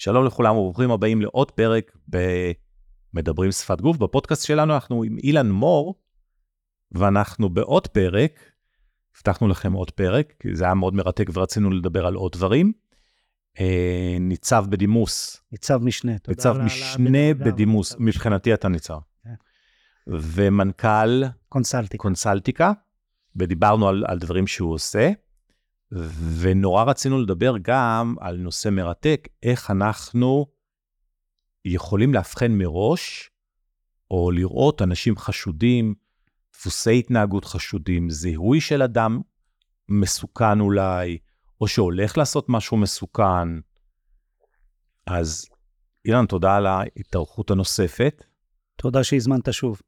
שלום לכולם וברוכים הבאים לעוד פרק במדברים שפת גוף. בפודקאסט שלנו אנחנו עם אילן מור, ואנחנו בעוד פרק, הבטחנו לכם עוד פרק, כי זה היה מאוד מרתק ורצינו לדבר על עוד דברים. ניצב בדימוס. ניצב משנה. ניצב משנה בדימוס, מבחינתי אתה ניצב. ומנכ"ל קונסלטיקה, ודיברנו על דברים שהוא עושה, ונורא רצינו לדבר גם על נושא מרתק, איך אנחנו יכולים להבחן מראש, או לראות אנשים חשודים, דפוסי התנהגות חשודים, זיהוי של אדם מסוכן אולי, או שהולך לעשות משהו מסוכן. אז אילן, תודה על ההתארחות הנוספת. תודה שהזמנת שוב.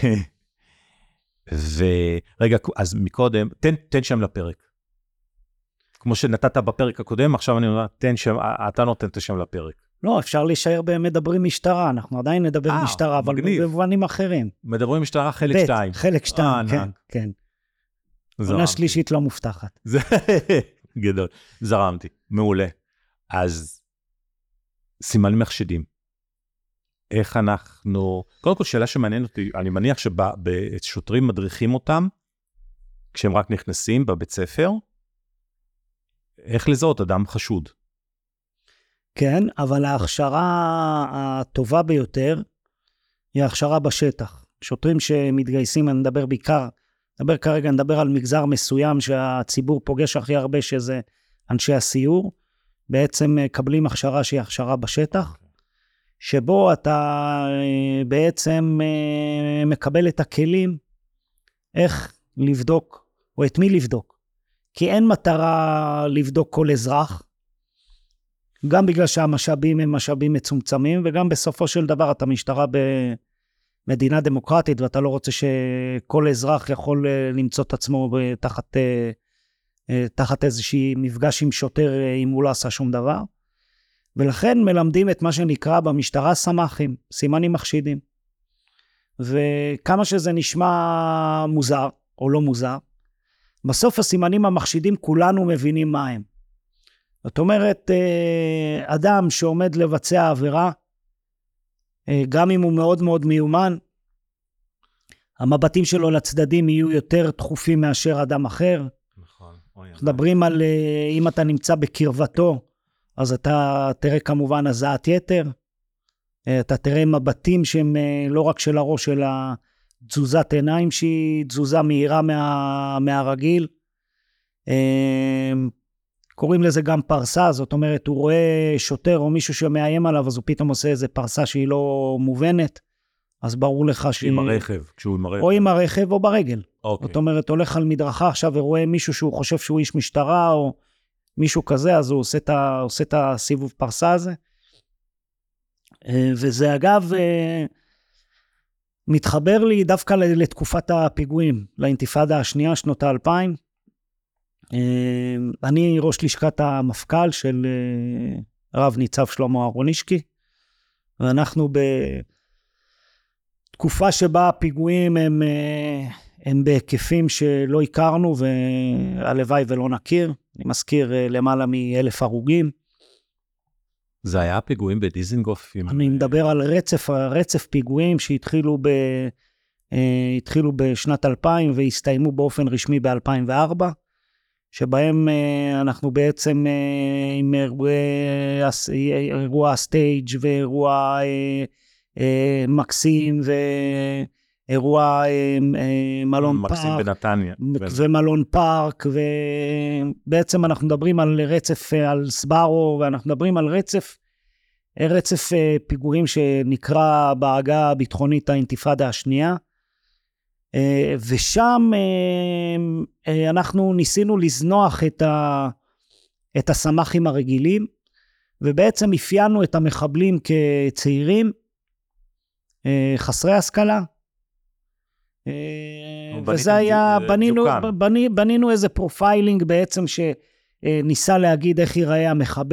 ורגע, אז מקודם, תן שם לפרק. כמו שנתת בפרק הקודם, עכשיו אני אומר, אתה נותן את השם לפרק. לא, אפשר להישאר במדברים משטרה, אנחנו עדיין נדבר משטרה, אבל במובנים אחרים. מדברים משטרה חלק 2. חלק 2, כן, כן. עונה שלישית לא מובטחת. זה גדול, זרמתי, מעולה. אז סימנים מחשדים. איך אנחנו, קודם כל שאלה שמעניין אותי, אני מניח ששוטרים מדריכים אותם, כשהם רק נכנסים בבית ספר, איך לזהות אדם חשוד? כן, אבל ההכשרה הטובה ביותר, היא ההכשרה בשטח. שוטרים שמתגייסים, אני מדבר על מגזר מסוים, שהציבור פוגש הכי הרבה, שזה אנשי הסיור, בעצם מקבלים הכשרה שהיא הכשרה בשטח, שבו אתה בעצם מקבל את הכלים, איך לבדוק, או את מי לבדוק. כי אין מטרה לבדוק כל אזרח, גם בגלל שהמשאבים הם משאבים מצומצמים, וגם בסופו של דבר אתה משטרה במדינה דמוקרטית, ואתה לא רוצה שכל אזרח יכול למצוא את עצמו תחת איזושהי מפגש עם שוטר, אם הוא לא עשה שום דבר. ולכן מלמדים את מה שנקרא במשטרה סמכים, סימנים מחשידים. וכמה שזה נשמע מוזר, או לא מוזר, בסוף הסימנים המחשידים כולנו מבינים מה הם. זאת אומרת, אדם שעומד לבצע עבירה, גם אם הוא מאוד מאוד מיומן, המבטים שלו לצדדים יהיו יותר דחופים מאשר אדם אחר. נכון. מדברים על, אם אתה נמצא בקרבתו, אז אתה תראה כמובן הזעת יתר, אתה תראה מבטים שהם לא רק של הראש, אלא תזוזת עיניים שהיא תזוזה מהירה מהרגיל. קוראים לזה גם פרסה, זאת אומרת, הוא רואה שוטר או מישהו שמאיים עליו, אז הוא פתאום עושה איזה פרסה שהיא לא מובנת, אז ברור לך עם הרכב, כשהוא עם הרכב. או עם הרכב או ברגל. אוקיי. זאת אומרת, הולך על מדרכה עכשיו ורואה מישהו שהוא חושב שהוא איש משטרה, או מישהו כזה, אז הוא עושה את הסיבוב פרסה הזה. וזה אגב, מתחבר לי דווקא לתקופת הפיגועים, לאינתיפאדה השנייה, שנות ה-2000. אני ראש לשכת המפכ"ל של רב ניצב שלמה אהרונישקי, ואנחנו בתקופה שבה הפיגועים הם בהיקפים שלא הכרנו, והלוואי ולא נכיר. אני מזכיר למעלה מ1,000 הרוגים. זה היה פיגועים בדיזנגוף? אני מדבר על רצף פיגועים שהתחילו בשנת 2000 והסתיימו באופן רשמי ב-2004, שבהם אנחנו בעצם עם אירוע הסטייג' ואירוע מקסים ואירוע מלון פארק. מקסים בנתניה. ומלון פארק, ובעצם אנחנו מדברים על רצף, על סברו, ואנחנו מדברים על רצף פיגועים שנקרא בעגה הביטחונית האינתיפאדה השנייה, ושם אנחנו ניסינו לזנוח את הסמכים הרגילים, ובעצם אפיינו את המחבלים כצעירים, חסרי השכלה, וזה היה, בנינו איזה פרופיילינג בעצם שניסה להגיד איך ייראה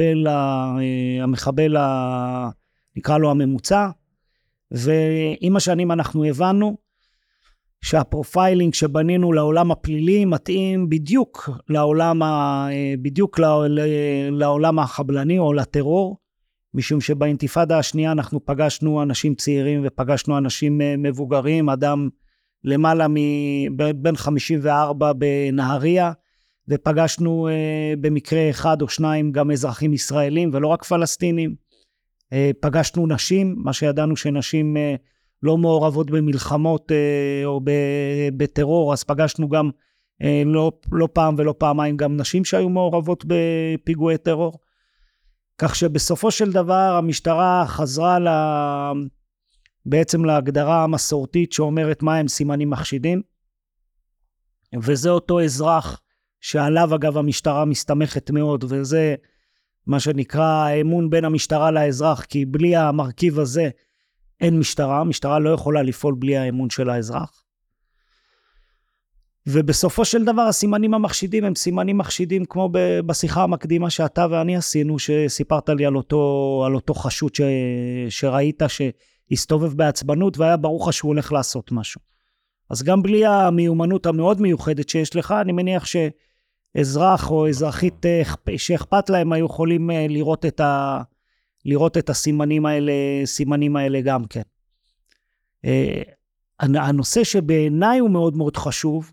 המחבל נקרא לו הממוצע, ועם השנים אנחנו הבנו שהפרופיילינג שבנינו לעולם הפלילי מתאים בדיוק לעולם החבלני או לטרור, משום שבאינתיפאדה השנייה אנחנו פגשנו אנשים צעירים ופגשנו אנשים מבוגרים, אדם למעלה בין 54 בנהריה, ופגשנו במקרה אחד או שניים גם אזרחים ישראלים ולא רק פלסטינים. פגשנו נשים, מה שידענו שנשים לא מעורבות במלחמות או בטרור, אז פגשנו גם לא פעם ולא פעמיים גם נשים שהיו מעורבות בפיגועי טרור. כך שבסופו של דבר המשטרה חזרה בעצם להגדרה המסורתית שאומרת מה הם סימנים מחשידים, וזה אותו אזרח שעליו אגב המשטרה מסתמכת מאוד, וזה מה שנקרא האמון בין המשטרה לאזרח, כי בלי המרכיב הזה אין משטרה, המשטרה לא יכולה לפעול בלי האמון של האזרח. ובסופו של דבר הסימנים המחשידים הם סימנים מחשידים כמו בשיחה המקדימה שאתה ואני עשינו, שסיפרת לי על אותו חשוד שראית שהסתובב בעצבנות והיה ברור לך שהוא הולך לעשות משהו. אז גם בלי המיומנות המאוד מיוחדת שיש לך, אני מניח שאזרח או אזרחית שאכפת להם היו יכולים לראות את הסימנים האלה גם כן. הנושא שבעיניי הוא מאוד מאוד חשוב,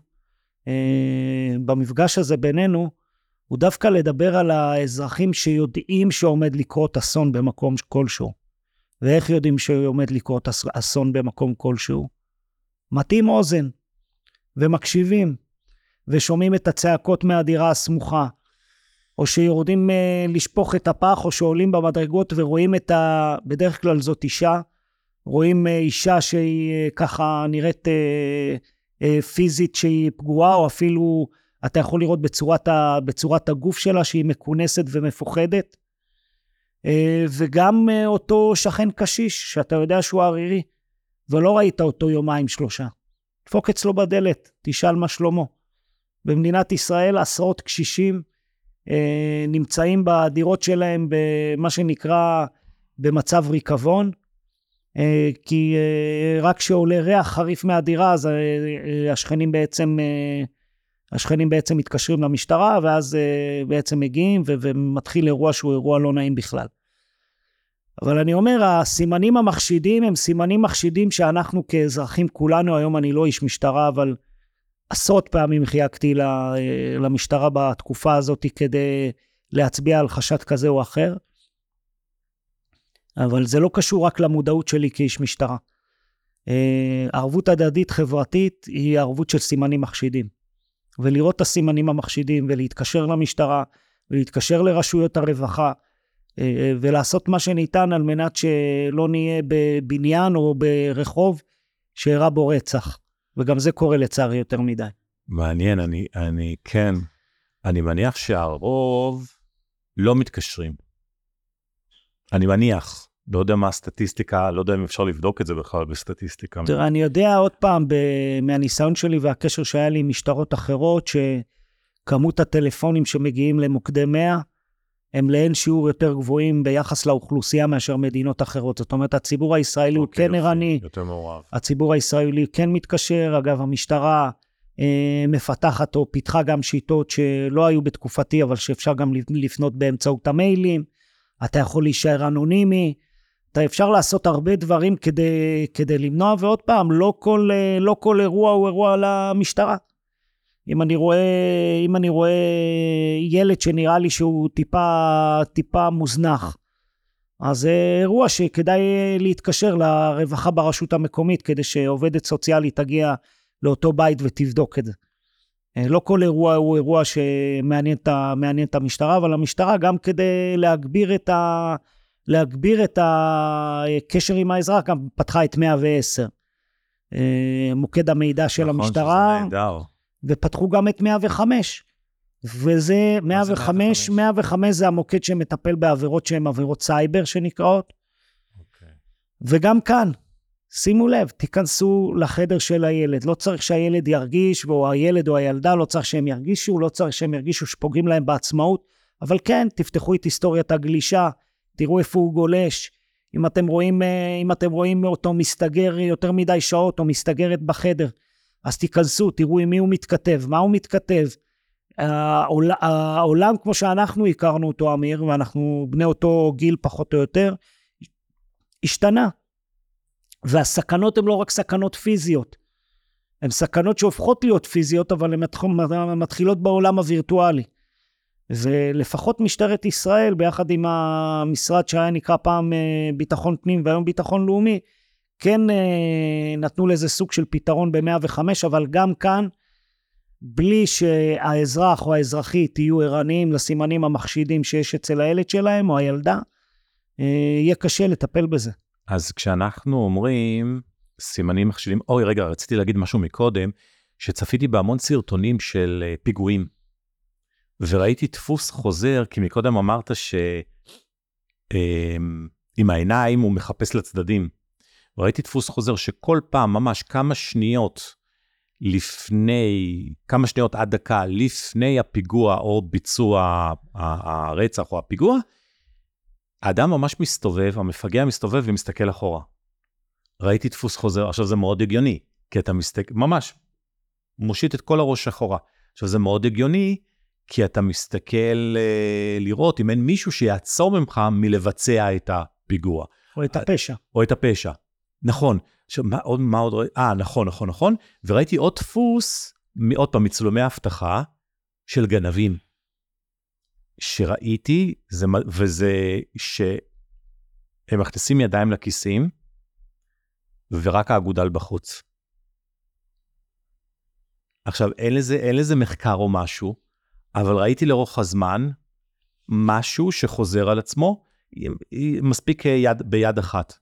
במפגש הזה בינינו, הוא דווקא לדבר על האזרחים שיודעים שעומד לקרות אסון במקום כלשהו. ואיך יודעים שעומד לקרות אסון במקום כלשהו? מתאים אוזן, ומקשיבים, ושומעים את הצעקות מהדירה הסמוכה, או שיורדים לשפוך את הפח, או שעולים במדרגות ורואים בדרך כלל זאת אישה, רואים אישה שהיא ככה נראית פיזית שהיא פגועה, או אפילו אתה יכול לראות בצורת הגוף שלה שהיא מכונסת ומפוחדת, וגם אותו שכן קשיש שאתה יודע שהוא ערירי, ולא ראית אותו יומיים שלושה, דפוק אצלו בדלת, תשאל מה שלמה. במדינת ישראל עשרות קשישים נמצאים בדירות שלהם במה שנקרא במצב ריקבון, כי רק שעולה ריח חריף מהדירה, אז השכנים בעצם מתקשרים למשטרה, ואז בעצם מגיעים ומתחיל אירוע שהוא אירוע לא נעים בכלל. אבל אני אומר, הסימנים המחשידים הם סימנים מחשידים שאנחנו כאזרחים כולנו, היום אני לא איש משטרה, אבל עשרות פעמים חייגתי למשטרה בתקופה הזאת כדי להצביע על חשד כזה או אחר. אבל זה לא קשור רק למודעות שלי כאיש משטרה. ערבות הדדית חברתית היא ערבות של סימנים מחשידים. ולראות את הסימנים המחשידים ולהתקשר למשטרה ולהתקשר לרשויות הרווחה ולעשות מה שניתן על מנת שלא נהיה בבניין או ברחוב שאירע בו רצח. וגם זה קורה לצערי יותר מדי. מעניין, אני מניח שהרוב לא מתקשרים. אני מניח, לא יודע מה הסטטיסטיקה, לא יודע אם אפשר לבדוק את זה בכלל בסטטיסטיקה. תראה, אני יודע עוד פעם, מהניסיון שלי והקשר שהיה לי עם משטרות אחרות, שכמות הטלפונים שמגיעים למוקדי 100, הם לאין שיעור יותר גבוהים ביחס לאוכלוסייה מאשר מדינות אחרות. זאת אומרת, הציבור הישראלי הוא כן ערני, הציבור הישראלי כן מתקשר, אגב, המשטרה מפתחת או פיתחה גם שיטות שלא היו בתקופתי, אבל שאפשר גם לפנות באמצעות המיילים, אתה יכול להישאר אנונימי, אפשר לעשות הרבה דברים כדי למנוע, ועוד פעם, לא כל אירוע הוא אירוע למשטרה. אם אני רואה ילד שנראה לי שהוא טיפה מוזנח, אז זה אירוע שכדאי להתקשר לרווחה ברשות המקומית, כדי שעובדת סוציאלית תגיע לאותו בית ותבדוק את זה. לא כל אירוע הוא אירוע שמעניין את המשטרה, אבל המשטרה גם כדי להגביר את הקשר עם האזרח, גם פתחה את 110. מוקד המידע של המשטרה. שזה נהדר. ופתחו גם את 105. וזה 105 זה המוקד שמטפל בעבירות שהן עבירות סייבר שנקראות. וגם כאן, שימו לב, תיכנסו לחדר של הילד, לא צריך שהילד ירגיש, או הילד או הילדה לא צריך שהם ירגישו, לא צריך שהם ירגישו שפוגעים להם בעצמאות, אבל כן, תפתחו את היסטוריית הגלישה, תראו איפה הוא גולש, אם אתם רואים אותו מסתגר יותר מדי שעות, או מסתגרת בחדר, אז תיכנסו, תראו עם מי הוא מתכתב, מה הוא מתכתב, העולם כמו שאנחנו הכרנו אותו, אמיר, ואנחנו בני אותו גיל פחות או יותר, השתנה. והסכנות הן לא רק סכנות פיזיות, הן סכנות שהופכות להיות פיזיות, אבל הן מתחילות בעולם הווירטואלי. ולפחות משטרת ישראל, ביחד עם המשרד שהיה נקרא פעם ביטחון פנים והיום ביטחון לאומי, כן נתנו לזה סוג של פתרון ב-105, אבל גם כאן, בלי שהאזרח או האזרחית יהיו ערניים לסימנים המחשידים שיש אצל הילד שלהם או הילדה, יהיה קשה לטפל בזה. אז כשאנחנו אומרים סימנים מחשידים, אוי רגע, רציתי להגיד משהו מקודם, שצפיתי בהמון סרטונים של פיגועים, וראיתי דפוס חוזר, כי מקודם אמרת שעם העיניים הוא מחפש לצדדים, וראיתי דפוס חוזר שכל פעם ממש כמה שניות עד דקה לפני הפיגוע או ביצוע הרצח או הפיגוע, האדם ממש מסתובב, המפגע מסתובב ומסתכל אחורה. ראיתי דפוס חוזר, עכשיו זה מאוד הגיוני, כי אתה ממש מושיט את כל הראש אחורה. עכשיו זה מאוד הגיוני, כי אתה מסתכל לראות אם אין מישהו שיעצור ממך מלבצע את הפיגוע. או את הפשע. או את הפשע. נכון. עכשיו, מה עוד ראיתי? נכון. וראיתי עוד דפוס, עוד פעם, מצלומי ההבטחה של גנבים. שראיתי, וזה שהם מכניסים ידיים לכיסים, ורק האגודל בחוץ. עכשיו, אין לזה מחקר או משהו, אבל ראיתי לאורך הזמן, משהו שחוזר על עצמו, מספיק ביד אחת.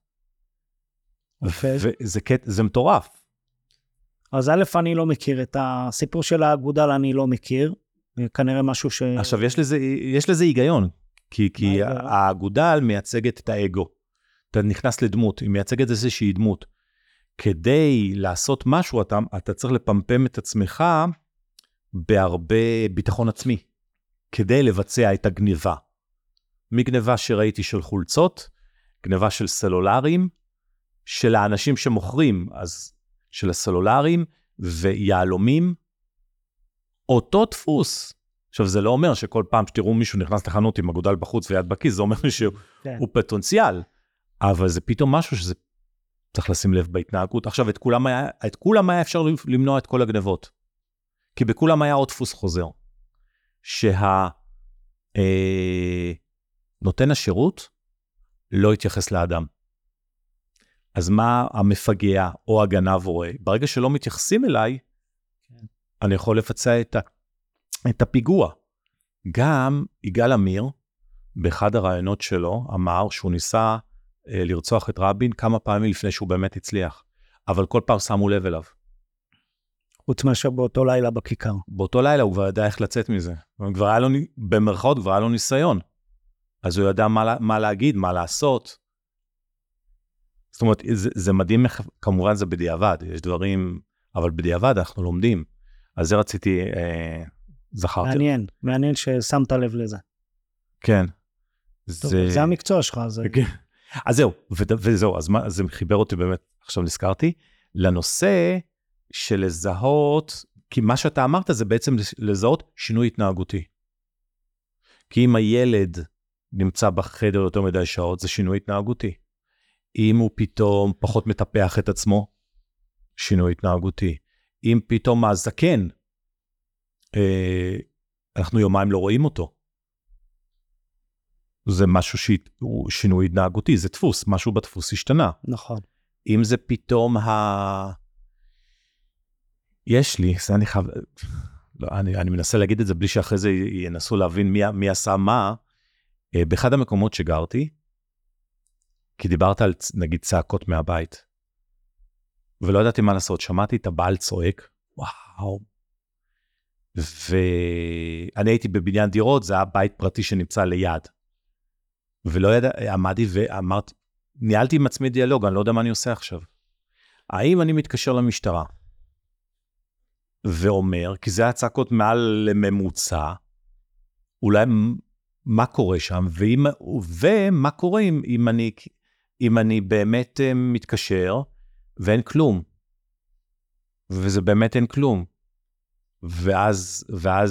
וזה מטורף. אז א', אני לא מכיר את הסיפור של האגודל, אני לא מכיר. כנראה משהו עכשיו, יש לזה היגיון, כי האגודל מייצגת את האגו. אתה נכנס לדמות, היא מייצגת איזושהי דמות. כדי לעשות משהו, אתה צריך לפמפם את עצמך בהרבה ביטחון עצמי, כדי לבצע את הגניבה. מגניבה שראיתי של חולצות, גניבה של סלולרים, של האנשים שמוכרים, אז של הסלולרים ויעלומים, אותו דפוס. עכשיו, זה לא אומר שכל פעם שתראו מישהו נכנס לחנות עם אגודל בחוץ ויד בכיס, זה אומר שהוא פוטנציאל, אבל זה פתאום משהו שזה צריך לשים לב בהתנהגות. עכשיו, את כולם היה אפשר למנוע את כל הגנבות, כי בכולם היה עוד דפוס חוזר, נותן השירות לא יתייחס לאדם. אז מה המפגע או הגנב רואה? ברגע שלא מתייחסים אליי, אני יכול לפצע את הפיגוע. גם יגאל עמיר, באחד הרעיונות שלו, אמר שהוא ניסה לרצוח את רבין כמה פעמים לפני שהוא באמת הצליח. אבל כל פעם שמו לב אליו. חוץ מאשר באותו לילה בכיכר. באותו לילה הוא כבר ידע איך לצאת מזה. כבר היה לו, במרכאות כבר היה לו ניסיון. אז הוא ידע מה להגיד, מה לעשות. זאת אומרת, זה מדהים, כמובן זה בדיעבד, יש דברים, אבל בדיעבד אנחנו לומדים. אז זה רציתי, זכרתי. מעניין ששמת לב לזה. כן. טוב, זה המקצוע שלך. אז זהו, אז זה חיבר אותי באמת, עכשיו נזכרתי, לנושא של לזהות, כי מה שאתה אמרת זה בעצם לזהות שינוי התנהגותי. כי אם הילד נמצא בחדר יותר מדי שעות, זה שינוי התנהגותי. אם הוא פתאום פחות מטפח את עצמו, שינוי התנהגותי. אם פתאום הזקן, אנחנו יומיים לא רואים אותו. זה משהו שהוא שינוי התנהגותי, זה דפוס, משהו בדפוס השתנה. נכון. אם זה פתאום יש לי, זה אני חייב, לא, אני מנסה להגיד את זה בלי שאחרי זה ינסו להבין מי עשה מה. באחד המקומות שגרתי, כי דיברת על נגיד צעקות מהבית, ולא ידעתי מה לעשות, שמעתי את הבעל צועק, וואו, ואני הייתי בבניין דירות, זה היה בית פרטי שנמצא ליד, ולא ידע, עמדי ואמרתי, ניהלתי עם עצמי דיאלוג, אני לא יודע מה אני עושה עכשיו. האם אני מתקשר למשטרה, ואומר, כי זה הצעקות מעל ממוצע, אולי מה קורה שם, ומה קורה אם אני באמת מתקשר, ואין כלום. וזה באמת אין כלום. ואז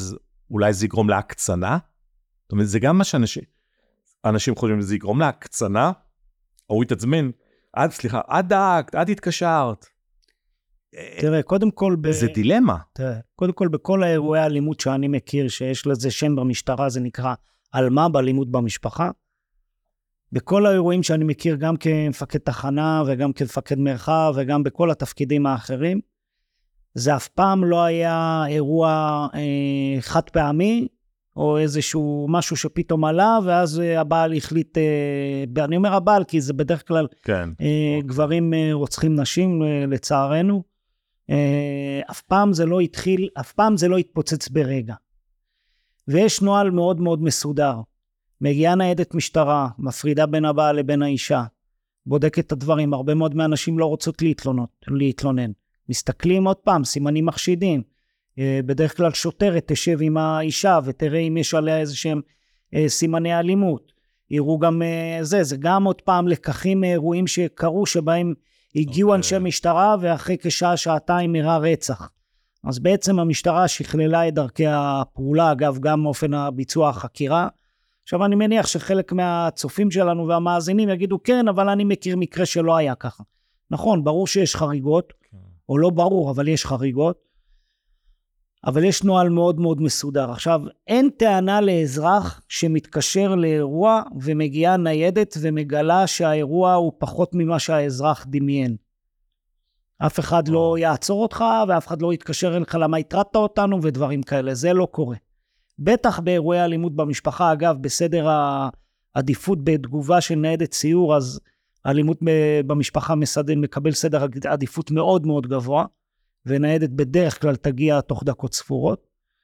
אולי זה יגרום להקצנה? זאת אומרת, זה גם מה שאנשים חושבים, זה יגרום להקצנה, או הוא יתעצמן, את דאגת, את התקשרת. תראה, קודם כל... זה דילמה. תראה, קודם כל, בכל האירועי האלימות שאני מכיר, שיש לזה שם במשטרה, זה נקרא אלמה באלימות במשפחה. בכל האירועים שאני מכיר, גם כמפקד תחנה, וגם כמפקד מרחב, וגם בכל התפקידים האחרים, זה אף פעם לא היה אירוע חד פעמי, או איזשהו משהו שפתאום עלה, ואז הבעל החליט, אני אומר הבעל, כי זה בדרך כלל כן. גברים רוצחים נשים, לצערנו, אף פעם זה לא התחיל, אף פעם זה לא התפוצץ ברגע. ויש נוהל מאוד מאוד מסודר. מגיעה ניידת משטרה, מפרידה בין הבעל לבין האישה, בודקת את הדברים, הרבה מאוד מהאנשים לא רוצות להתלונן. מסתכלים עוד פעם, סימנים מחשידים. בדרך כלל שוטרת תשב עם האישה ותראה אם יש עליה איזשהם סימני אלימות. יראו גם זה גם עוד פעם לקחים מאירועים שקרו שבהם הגיעו אנשי משטרה ואחרי כשעה שעתיים נראה רצח. אז בעצם המשטרה שכללה את דרכי הפעולה, אגב גם אופן הביצוע החקירה. עכשיו אני מניח שחלק מהצופים שלנו והמאזינים יגידו כן, אבל אני מכיר מקרה שלא היה ככה. נכון, ברור שיש חריגות, או לא ברור, אבל יש חריגות. אבל יש נוהל מאוד מאוד מסודר. עכשיו, אין טענה לאזרח שמתקשר לאירוע ומגיעה ניידת ומגלה שהאירוע הוא פחות ממה שהאזרח דמיין. אף אחד לא יעצור אותך ואף אחד לא יתקשר אליך למה התרדת אותנו ודברים כאלה. זה לא קורה. בטח באירועי אלימות במשפחה, אגב, בסדר העדיפות בתגובה של ניידת סיור, אז האלימות במשפחה מקבל סדר עדיפות מאוד מאוד גבוה. וניידת בדרך כלל תגיע תוך דקות ספורות.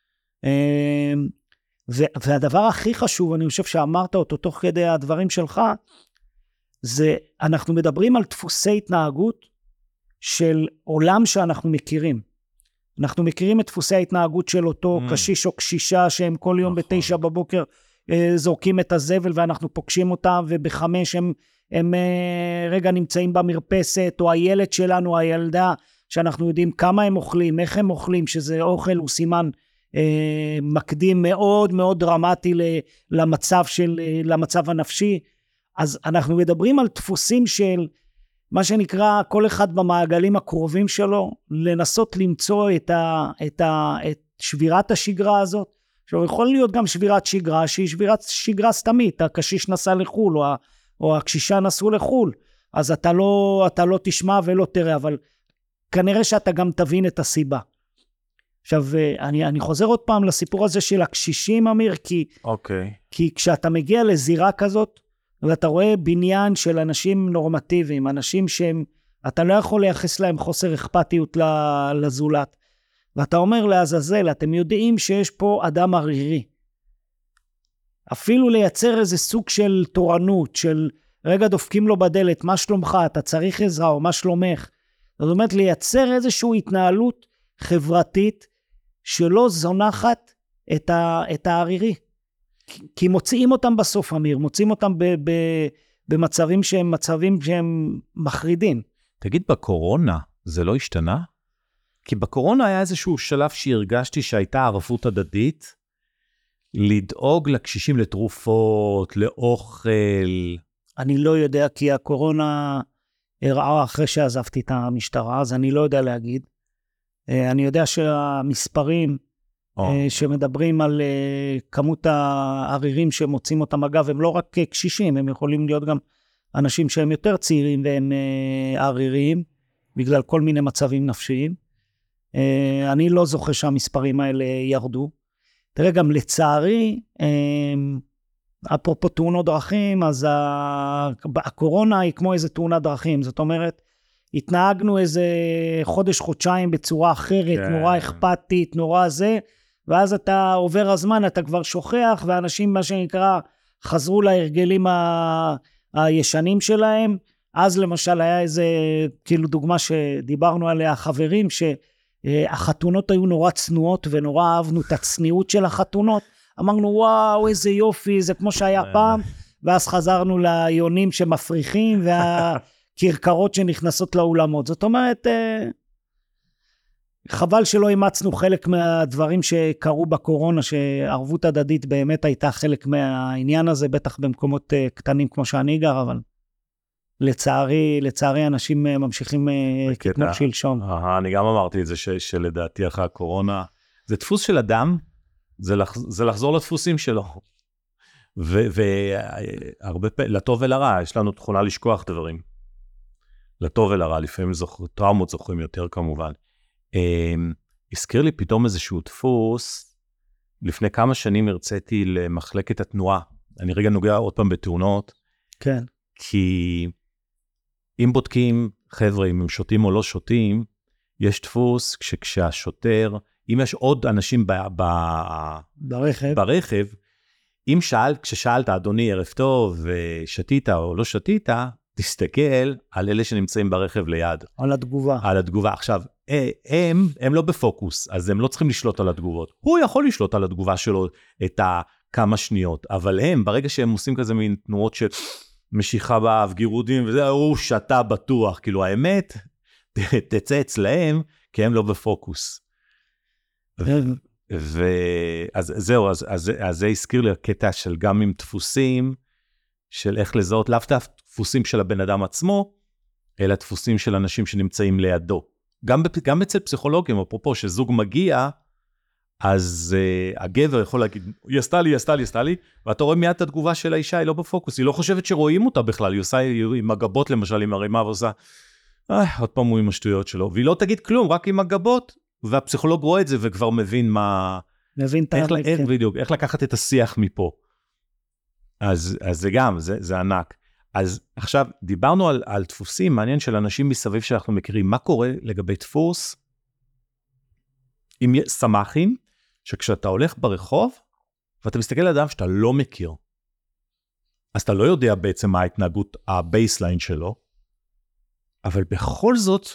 והדבר הכי חשוב, אני חושב שאמרת אותו תוך כדי הדברים שלך, זה אנחנו מדברים על דפוסי התנהגות של עולם שאנחנו מכירים. אנחנו מכירים את דפוסי ההתנהגות של אותו קשיש או קשישה שהם כל יום ב9 בבוקר זורקים את הזבל ואנחנו פוגשים אותם ובחמש הם רגע נמצאים במרפסת, או הילד שלנו, הילדה, שאנחנו יודעים כמה הם אוכלים, איך הם אוכלים, שזה אוכל הוא סימן מקדים מאוד מאוד דרמטי למצב הנפשי. אז אנחנו מדברים על דפוסים של מה שנקרא כל אחד במעגלים הקרובים שלו, לנסות למצוא את שבירת השגרה הזאת. עכשיו יכול להיות גם שבירת שגרה שהיא שבירת שגרה סתמית, הקשיש נסע לחול או הקשישה נסעו לחול, אז אתה לא תשמע ולא תראה, אבל כנראה שאתה גם תבין את הסיבה. עכשיו, אני חוזר עוד פעם לסיפור הזה של הקשישים, אמיר, כי כשאתה מגיע לזירה כזאת, ואתה רואה בניין של אנשים נורמטיביים, אנשים אתה לא יכול לייחס להם חוסר אכפתיות לזולת, ואתה אומר לעזאזל, אתם יודעים שיש פה אדם ערירי. אפילו לייצר איזה סוג של תורנות, של רגע דופקים לו בדלת, מה שלומך, אתה צריך עזרה, או מה שלומך, זאת אומרת, לייצר איזושהי התנהלות חברתית שלא זונחת את הערירי. כי מוציאים אותם בסוף, אמיר, מוציאים אותם במצבים שהם מחרידים. תגיד, בקורונה זה לא השתנה? כי בקורונה היה איזשהו שלב שהרגשתי שהייתה ערבות הדדית, לדאוג לקשישים לתרופות, לאוכל. אני לא יודע, כי הקורונה הראה אחרי שעזבתי את המשטרה, אז אני לא יודע להגיד. אני יודע שהמספרים שמדברים על כמות הערירים שמוצאים אותם, אגב, הם לא רק קשישים, הם יכולים להיות גם אנשים שהם יותר צעירים והם עריריים, בגלל כל מיני מצבים נפשיים. אני לא זוכר שהמספרים האלה ירדו. תראה, גם לצערי, אפרופו תאונות דרכים, אז הקורונה היא כמו איזה תאונת דרכים, זאת אומרת, התנהגנו איזה חודש-חודשיים בצורה אחרת, כן. נורא אכפתית, נורא זה, ואז אתה עובר הזמן, אתה כבר שוכח, ואנשים מה שנקרא חזרו להרגלים הישנים שלהם. אז למשל היה איזה כאילו דוגמה שדיברנו עליה חברים, שהחתונות היו נורא צנועות ונורא אהבנו את הצניעות של החתונות, אמרנו וואו איזה יופי, זה כמו שהיה פעם, ואז חזרנו ליונים שמפריחים והקרקרות שנכנסות לאולמות. זאת אומרת, חבל שלא אימצנו חלק מהדברים שקרו בקורונה, שערבות הדדית באמת הייתה חלק מהעניין הזה, בטח במקומות קטנים כמו שאני גר, אבל לצערי אנשים ממשיכים כמו שלשום. אני גם אמרתי את זה שלדעתי אחרי הקורונה, זה דפוס של אדם, זה לחזור לדפוסים שלו. והרבה פעמים, לטוב ולרע, יש לנו תכונה לשכוח דברים. לטוב ולרע, לפעמים טראומות זוכרים יותר כמובן. הזכיר לי פתאום איזשהו דפוס, לפני כמה שנים הרציתי למחלקת התנועה, אני רגע נוגע עוד פעם בתאונות, כן. כי אם בודקים חבר'ה, אם הם שותים או לא שותים, יש דפוס כשהשוטר, אם יש עוד אנשים ברכב, אם כששאלת, אדוני, ערב טוב, שתית או לא שתית, תסתכל על אלה שנמצאים ברכב ליד. על התגובה. על התגובה. עכשיו, הם לא בפוקוס, אז הם לא צריכים לשלוט על התגובות. הוא יכול לשלוט על התגובה שלו את כמה שניות, אבל הם, ברגע שהם עושים כזה מין תנועות של משיכה באף, גירודים, וזה, הוא שתה בטוח. כאילו, האמת, תצא אצלהם, כי הם לא בפוקוס. אז זהו, אז זה הזכיר לי הקטע של גם עם דפוסים, של איך לזהות, לאו דווקא דפוסים של הבן אדם עצמו, אלא דפוסים של אנשים שנמצאים לידו. גם אצל פסיכולוגים, אפרופו, שזוג מגיע, אז הגבר יכול להגיד, היא עשתה לי, ואתה רואה מיד את התגובה של האישה, היא לא בפוקוס, היא לא חושבת שרואים אותה בכלל, היא עושה עם הגבות למשל, עם הרימה, ועושה, עוד פעם הוא עם השטויות שלו, והיא לא תגיד כלום, רק עם הגבות, והפסיכולוג רואה את זה וכבר מבין מה... מבין איך לקחת את השיח מפה. אז זה גם, זה ענק. אז עכשיו, דיברנו על דפוסים, מעניין של אנשים מסביב שאנחנו מכירים, מה קורה לגבי דפוס, עם סמכים, שכשאתה הולך ברחוב, ואתה מסתכל על אדם שאתה לא מכיר, אז אתה לא יודע בעצם מה ההתנהגות, הבייסליין שלו, אבל בכל זאת,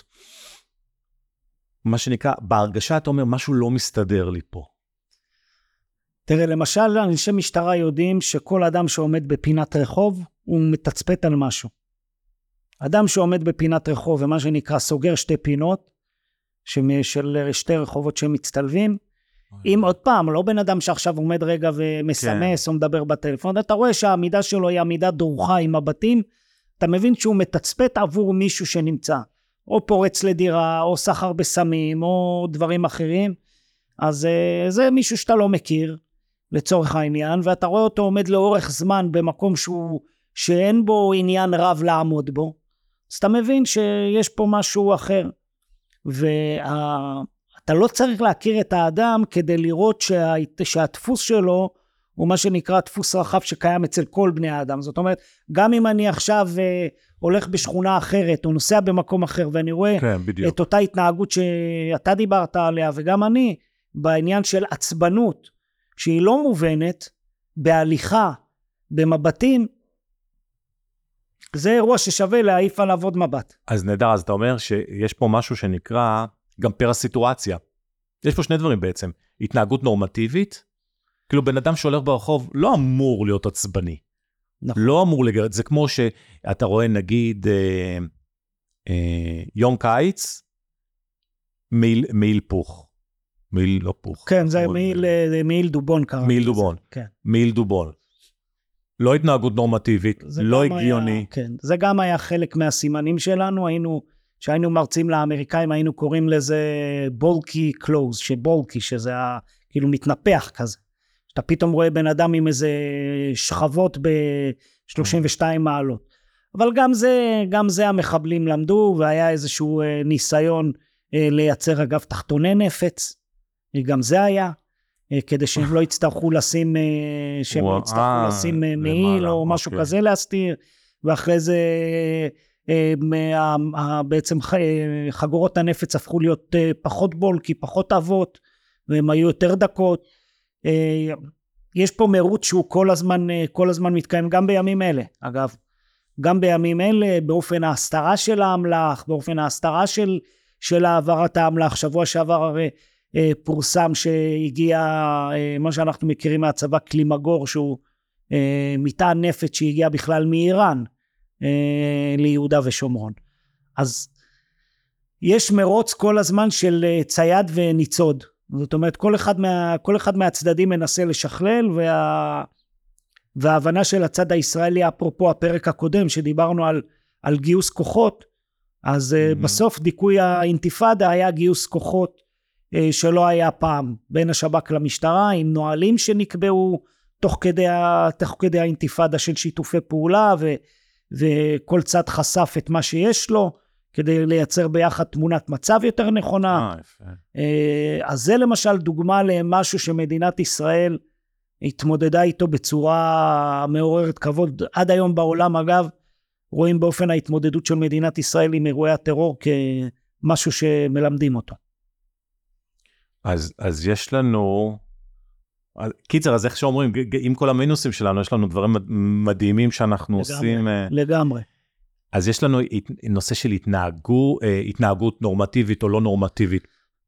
מה שנקרא, בהרגשה אתה אומר, משהו לא מסתדר לי פה. תראה, למשל, אנשי משטרה יודעים שכל אדם שעומד בפינת רחוב, הוא מתצפת על משהו. אדם שעומד בפינת רחוב, ומה שנקרא סוגר שתי פינות, של שתי רחובות שהם מצטלבים, אם עוד פעם, לא בן אדם שעכשיו עומד רגע ומסמס, או מדבר בטלפון, אתה רואה שהעמידה שלו היא עמידה דרוכה עם הבתים, אתה מבין שהוא מתצפת עבור מישהו שנמצא. או פורץ לדירה, או סחר בסמים, או דברים אחרים, אז זה מישהו שאתה לא מכיר, לצורך העניין, ואתה רואה אותו עומד לאורך זמן, במקום שאין בו עניין רב לעמוד בו, אז אתה מבין שיש פה משהו אחר, ואתה לא צריך להכיר את האדם, כדי לראות שהדפוס שלו, הוא מה שנקרא דפוס רחב, שקיים אצל כל בני האדם, זאת אומרת, גם אם אני עכשיו הולך בשכונה אחרת, או נוסע במקום אחר, ואני רואה את אותה התנהגות שאתה דיברת עליה, וגם אני, בעניין של עצבנות, שהיא לא מובנת, בהליכה, במבטים, זה אירוע ששווה להעיף עליו עוד מבט. אז נדע, אז אתה אומר שיש פה משהו שנקרא, גם פר הסיטואציה. יש פה שני דברים בעצם, התנהגות נורמטיבית, כאילו בן אדם שהולך ברחוב, לא אמור להיות עצבני. נכון. לא אמור לגרד, זה כמו שאתה רואה נגיד יום קיץ, מעיל פוך. מעיל לא פוך. כן, זה מעיל דובון קרה. מעיל דובון. כן. מעיל דובון. לא התנהגות נורמטיבית, לא הגיוני. כן, זה גם היה חלק מהסימנים שלנו, שהיינו מרצים לאמריקאים, היינו קוראים לזה בולקי קלוז, שבולקי, שזה כאילו מתנפח כזה. אתה פתאום רואה בן אדם עם איזה שכבות ב-32 מעלות. אבל גם זה המחבלים למדו, והיה איזשהו ניסיון לייצר אגב תחתוני נפץ, גם זה היה, כדי שהם לא יצטרכו לשים, מעיל או משהו כזה להסתיר, ואחרי זה בעצם חגורות הנפץ הפכו להיות פחות בולקי, פחות אבות, והם היו יותר דקות. יש פה מרוץ שהוא כל הזמן מתקיים, גם בימים אלה, אגב, גם בימים אלה, באופן ההסתרה של האמל"ח, באופן ההסתרה של העברת האמל"ח. שבוע שעבר הרי פורסם שהגיע, מה שאנחנו מכירים מהצבא, קלימגור, שהוא מטען נפץ שהגיע בכלל מאיראן ליהודה ושומרון. אז יש מרוץ כל הזמן של צייד וניצוד. זאת אומרת, כל אחד מהצדדים מנסה לשכלל, וההבנה של הצד הישראלי, אפרופו הפרק הקודם, שדיברנו על גיוס כוחות, אז בסוף דיכוי האינתיפאדה היה גיוס כוחות שלא היה פעם, בין השב"כ למשטרה, עם נועלים שנקבעו תוך כדי האינתיפאדה של שיתופי פעולה, וכל צד חשף את מה שיש לו, כדי לייצר ביחד תמונת מצב יותר נכונה. אז זה למשל דוגמה למשהו שמדינת ישראל התמודדה איתו בצורה מעוררת כבוד. עד היום בעולם, אגב, רואים באופן ההתמודדות של מדינת ישראל עם אירועי הטרור כמשהו שמלמדים אותו. אז יש לנו, קיצר, אז איך שאומרים, עם כל המינוסים שלנו, יש לנו דברים מדהימים שאנחנו עושים. לגמרי. אז יש לנו נושא של התנהגות נורמטיבית או לא נורמטיבית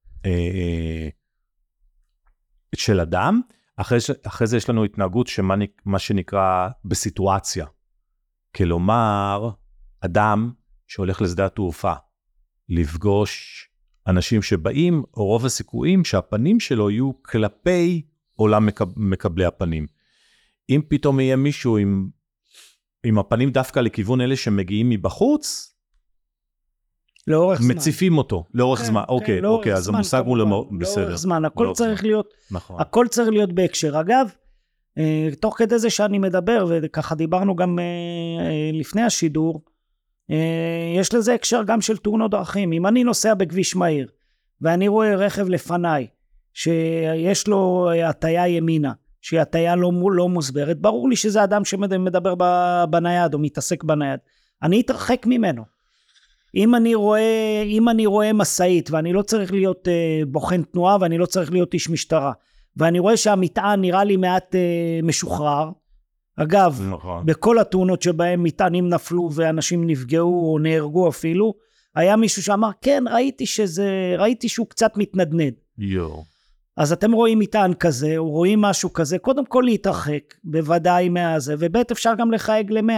של אדם. אחרי זה יש לנו התנהגות מה שנקרא בסיטואציה. כלומר, אדם שהולך לשדה התעופה, לפגוש אנשים שבאים, או רוב הסיכויים שהפנים שלו יהיו כלפי עולם מקבלי הפנים. אם פתאום יהיה מישהו עם הפנים דווקא לכיוון אלה שמגיעים מבחוץ, לאורך זמן. מציפים אותו, לאורך זמן. אוקיי, אז המושג הוא בסדר. לאורך זמן, הכל צריך להיות בהקשר. אגב, תוך כדי זה שאני מדבר, וככה דיברנו גם לפני השידור, יש לזה הקשר גם של תאונות דרכים. אם אני נוסע בכביש מהיר, ואני רואה רכב לפניי, שיש לו הטיה ימינה, שהיא הטיה לא מוסברת, ברור לי שזה אדם שמדבר בנייד, או מתעסק בנייד. אני אתרחק ממנו. אם אני רואה מסעית, ואני לא צריך להיות בוחן תנועה, ואני לא צריך להיות איש משטרה, ואני רואה שהמטען נראה לי מעט משוחרר, אגב, נכון. בכל התאונות שבהם מטענים נפלו, ואנשים נפגעו או נהרגו אפילו, היה מישהו שאמר, כן, ראיתי שהוא קצת מתנדנד. אז אתם רואים מטען כזה, או רואים משהו כזה, קודם כל להתרחק, בוודאי מהזה, ובית אפשר גם לחייג ל100.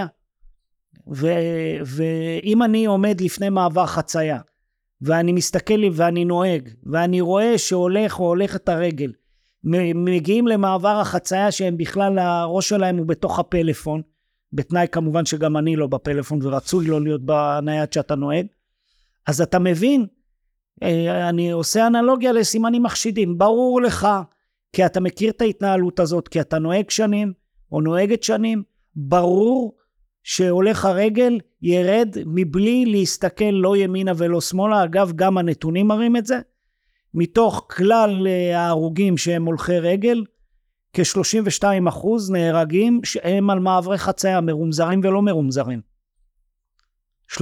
ואם אני עומד לפני מעבר חצייה, ואני מסתכל לי ואני נוהג, ואני רואה שהולך או הולכת הרגל, מגיעים למעבר החצייה שהם בכלל הראש שלהם הוא בתוך הפלאפון, בתנאי כמובן שגם אני לא בפלאפון, ורצוי לא להיות בנייד שאתה נוהג, אז אתה מבין, אני עושה אנלוגיה לסימנים מחשידים, ברור לך, כי אתה מכיר את ההתנהלות הזאת, כי אתה נוהג שנים, או נוהגת שנים, ברור שהולך הרגל ירד מבלי להסתכל לא ימינה ולא שמאלה. אגב, גם הנתונים מראים את זה, מתוך כלל ההרוגים שהם הולכי רגל, כ-32% נהרגים שהם על מעברי חצייה, מרומזרים ולא מרומזרים. 32%.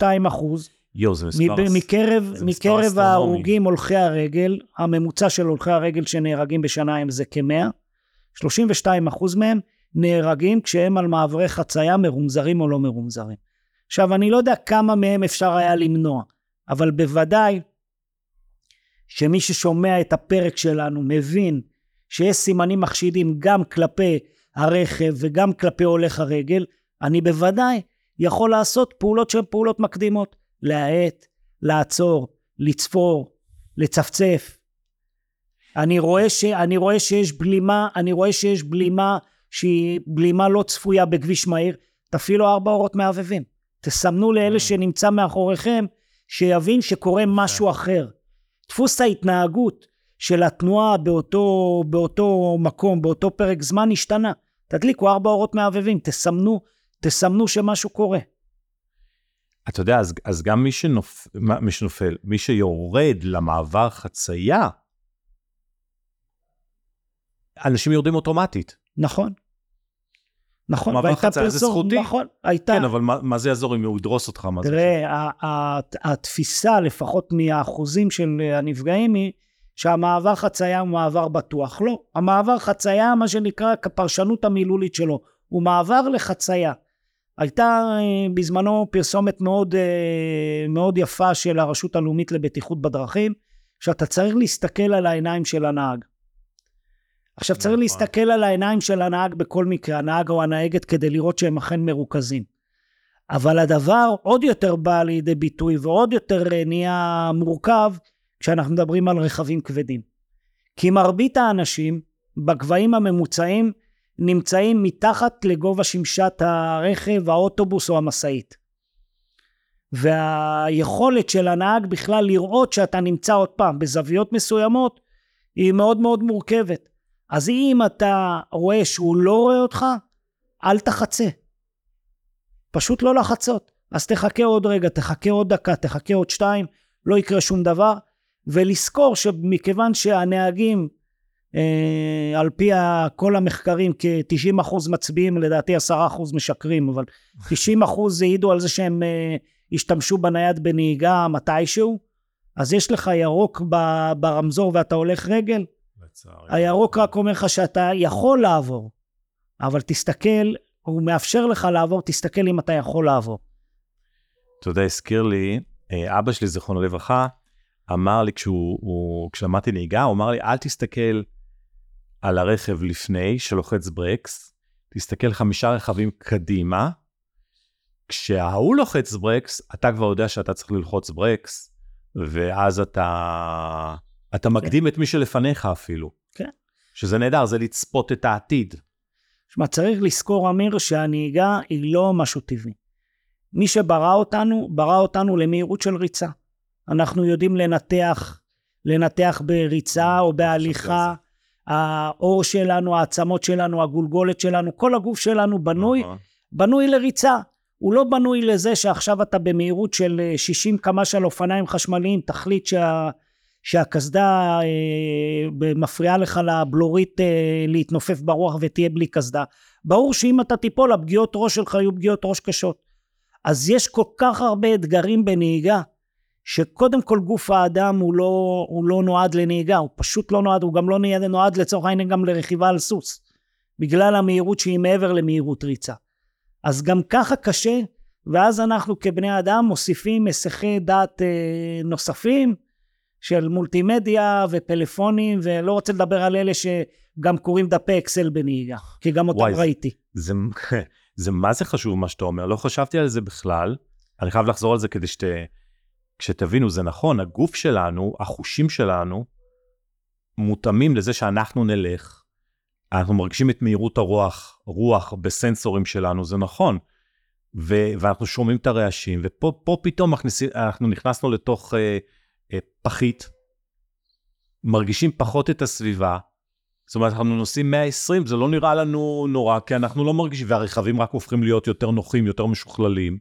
מקרב ההרוגים הולכי הרגל, הממוצע של הולכי הרגל שנהרגים בשנה הם זה כ-100, 32% מהם נהרגים כשהם על מעברי חצייה, מרומזרים או לא מרומזרים. עכשיו, אני לא יודע כמה מהם אפשר היה למנוע, אבל בוודאי שמי ששומע את הפרק שלנו מבין שיש סימנים מחשידים גם כלפי הרכב וגם כלפי הולך הרגל, אני בוודאי יכול לעשות פעולות שהן פעולות מקדימות, להאט, לעצור, לצפור, לצפצף. אני רואה שיש בלימה, שהיא בלימה לא צפויה בכביש מהיר, תפעילו 4 אורות מעבבים, תסמנו לאלה שנמצא מאחוריכם, שיבין שקורה משהו אחר. דפוס ההתנהגות של התנועה באותו מקום, באותו פרק זמן השתנה. תדליקו 4 אורות מעבבים, תסמנו שמשהו קורה. אתה יודע, אז גם מי שנופל, מי שיורד למעבר חצייה, אנשים יורדים אוטומטית. נכון. מעבר חצייה זה זכותי. נכון, הייתה. כן, אבל מה זה יעזור אם הוא ידרוס אותך? תראה, התפיסה, לפחות מהאחוזים של הנפגעים, היא שהמעבר חצייה הוא מעבר בטוח. לא, המעבר חצייה, מה שנקרא כפרשנות המילולית שלו, הוא מעבר לחצייה. הייתה בזמנו פרסומת מאוד יפה של הרשות הלאומית לבטיחות בדרכים, שאתה צריך להסתכל על העיניים של הנהג. עכשיו צריך להסתכל על העיניים של הנהג בכל מקרה, הנהג או הנהגת, כדי לראות שהם אכן מרוכזים. אבל הדבר עוד יותר בא לידי ביטוי, ועוד יותר נהיה מורכב, כשאנחנו מדברים על רכבים כבדים. כי מרבית האנשים, בגבהים הממוצעים, נמצאים מתחת לגובה שמשת הרכב, האוטובוס או המשאית. והיכולת של הנהג בכלל לראות שאתה נמצא עוד פעם בזוויות מסוימות, היא מאוד מאוד מורכבת. אז אם אתה רואה שהוא לא רואה אותך, אל תחצה. פשוט לא לחצות. אז תחכה עוד רגע, תחכה עוד דקה, תחכה עוד 2, לא יקרה שום דבר. ולזכור שמכיוון שהנהגים, על פי כל המחקרים, כ-90% מצביעים, לדעתי 10% משקרים, אבל 90% העידו על זה שהם השתמשו בנייד בנהיגה מתישהו. אז יש לך ירוק ברמזור ואתה הולך רגל, הירוק רק אומר לך שאתה יכול לעבור, אבל תסתכל, הוא מאפשר לך לעבור, תסתכל אם אתה יכול לעבור. אתה יודע, הזכיר לי, אבא שלי זכרונו לברכה, אמר לי כשלמדתי נהיגה, הוא אמר לי, אל תסתכל על הרכב לפני שלוחץ ברקס, תסתכל 5 רכבים קדימה, כשהוא לוחץ ברקס, אתה כבר יודע שאתה צריך ללחוץ ברקס, ואז אתה מקדים את מי שלפניך אפילו. כן. שזה נהדר, זה לצפות את העתיד. שמה, צריך לזכור, אמיר, שהנהיגה היא לא משהו טבעי. מי שברא אותנו, ברא אותנו למהירות של ריצה. אנחנו יודעים לנתח בריצה או בהליכה, האור שלנו, העצמות שלנו, הגולגולת שלנו, כל הגוף שלנו בנוי לריצה. הוא לא בנוי לזה שעכשיו אתה במהירות של 60 קמ"ש על אופניים חשמליים, תחליט שהקסדה מפריעה לך לבלורית להתנופף ברוח ותהיה בלי קסדה. ברור שאם אתה תיפול, הפגיעות ראש שלך יהיו פגיעות ראש קשות. אז יש כל כך הרבה אתגרים בנהיגה, שקודם כל גוף האדם הוא לא נועד לנהיגה, הוא פשוט לא נועד, הוא גם לא נועד לצורך העניין גם לרכיבה על סוס, בגלל המהירות שהיא מעבר למהירות ריצה. אז גם ככה קשה, ואז אנחנו כבני אדם מוסיפים מסכי דעת נוספים, של מולטימדיה ופלאפונים, ולא רוצה לדבר על אלה שגם קוראים דפי אקסל בנהיגה, כי גם אותם ראיתי. זה מה זה חשוב מה שאתה אומר, לא חשבתי על זה בכלל, אני חייב לחזור על זה כדי כשתבינו, זה נכון, הגוף שלנו, החושים שלנו, מותאמים לזה שאנחנו נלך, אנחנו מרגישים את מהירות הרוח בסנסורים שלנו, זה נכון, ואנחנו שומעים את הרעשים, ופה פתאום אנחנו נכנסנו לתוך פחית, מרגישים פחות את הסביבה, זאת אומרת, אנחנו נוסעים 120, זה לא נראה לנו נורא, כי אנחנו לא מרגישים, והרכבים רק הופכים להיות יותר נוחים, יותר משוכללים.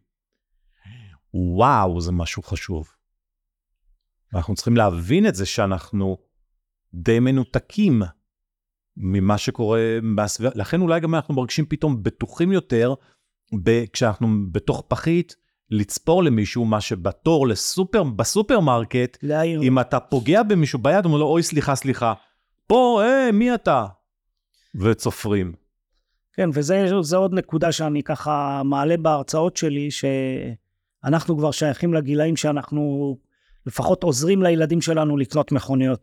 וואו, זה משהו חשוב. אנחנו צריכים להבין את זה שאנחנו די מנותקים ממה שקורה בסביבה. לכן אולי גם אנחנו מרגישים פתאום בטוחים יותר, כשאנחנו בתוך פחית, לצפור למישהו מה שבתור בסופרמרקט, אם אתה פוגע במישהו ביד, הוא אומר לו, אוי סליחה, פה, מי אתה? וצופרים. כן, וזה עוד נקודה שאני ככה מעלה בהרצאות שלי, שאנחנו כבר שייכים לגילאים שאנחנו לפחות עוזרים לילדים שלנו לקנות מכוניות.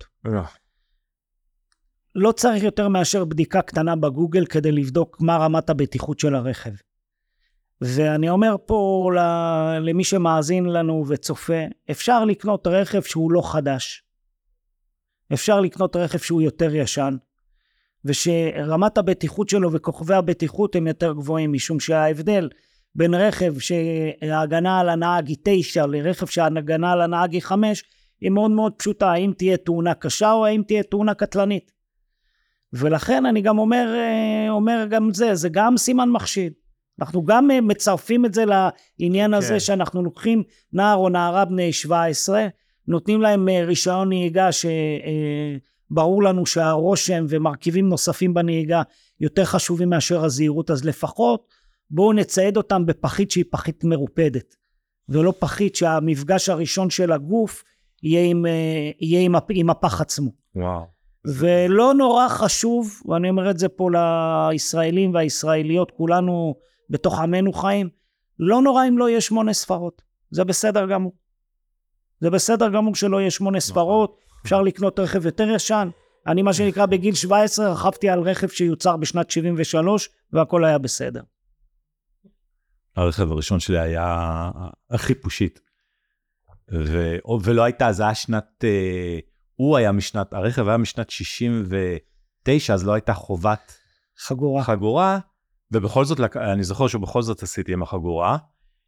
לא צריך יותר מאשר בדיקה קטנה בגוגל כדי לבדוק מה רמת הבטיחות של הרכב. ואני אומר פה למי שמאזין לנו וצופה, אפשר לקנות רכב שהוא לא חדש. אפשר לקנות רכב שהוא יותר ישן, ושרמת הבטיחות שלו וכוכבי הבטיחות הם יותר גבוהים, משום שההבדל בין רכב שההגנה על הנהג היא 9 לרכב שההגנה על הנהג היא 5, היא מאוד מאוד פשוטה, האם תהיה תאונה קשה או האם תהיה תאונה קטלנית. ולכן אני גם אומר גם זה גם סימן מחשיד. אנחנו גם מצרפים את זה לעניין הזה שאנחנו לוקחים נער או נערה בני 17, נותנים להם רישיון נהיגה שברור לנו שהרושם ומרכיבים נוספים בנהיגה יותר חשובים מאשר הזהירות, אז לפחות בואו נצייד אותם בפחית שהיא פחית מרופדת, ולא פחית שהמפגש הראשון של הגוף יהיה עם הפח עצמו. וואו. ולא נורא חשוב, ואני אומר את זה פה לישראלים והישראליות, כולנו בתוך עמנו חיים, לא נורא אם לא יהיה 8 ספרות, זה בסדר גמור. זה בסדר גמור שלא יהיה 8 ספרות, אפשר לקנות רכב יותר ישן. אני מה שנקרא בגיל 17 רכבתי על רכב שיוצר בשנת 73, והכל היה בסדר. הרכב הראשון שלי היה חיפושית. ולא הייתה, זה היה שנת, הרכב היה משנת 69, אז לא הייתה חובת חגורה, ובכל זאת, אני זוכר שבכל זאת עשיתי עם החגורה.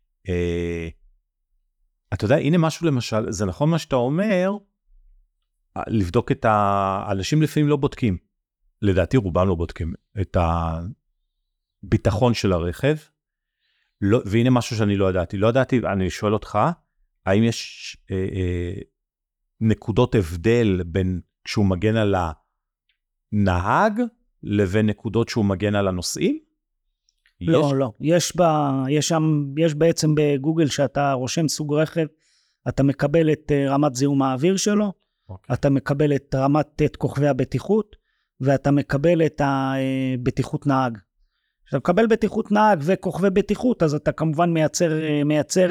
אתה יודע, הנה משהו למשל, זה נכון מה שאתה אומר, לבדוק את האנשים לפעמים לא בודקים, לדעתי רובם לא בודקים, את הביטחון של הרכב, והנה משהו שאני לא ידעתי, אני שואל אותך, האם יש נקודות הבדל בין כשהוא מגן על הנהג, לבין נקודות שהוא מגן על הנוסעים? לא. יש בעצם בגוגל שאתה רושם סוג רכב, אתה מקבל את רמת זיהום האוויר שלו, אתה מקבל את כוכבי הבטיחות, ואתה מקבל את הבטיחות נהג. כשאתה מקבל בטיחות נהג וכוכבי בטיחות, אז אתה כמובן מייצר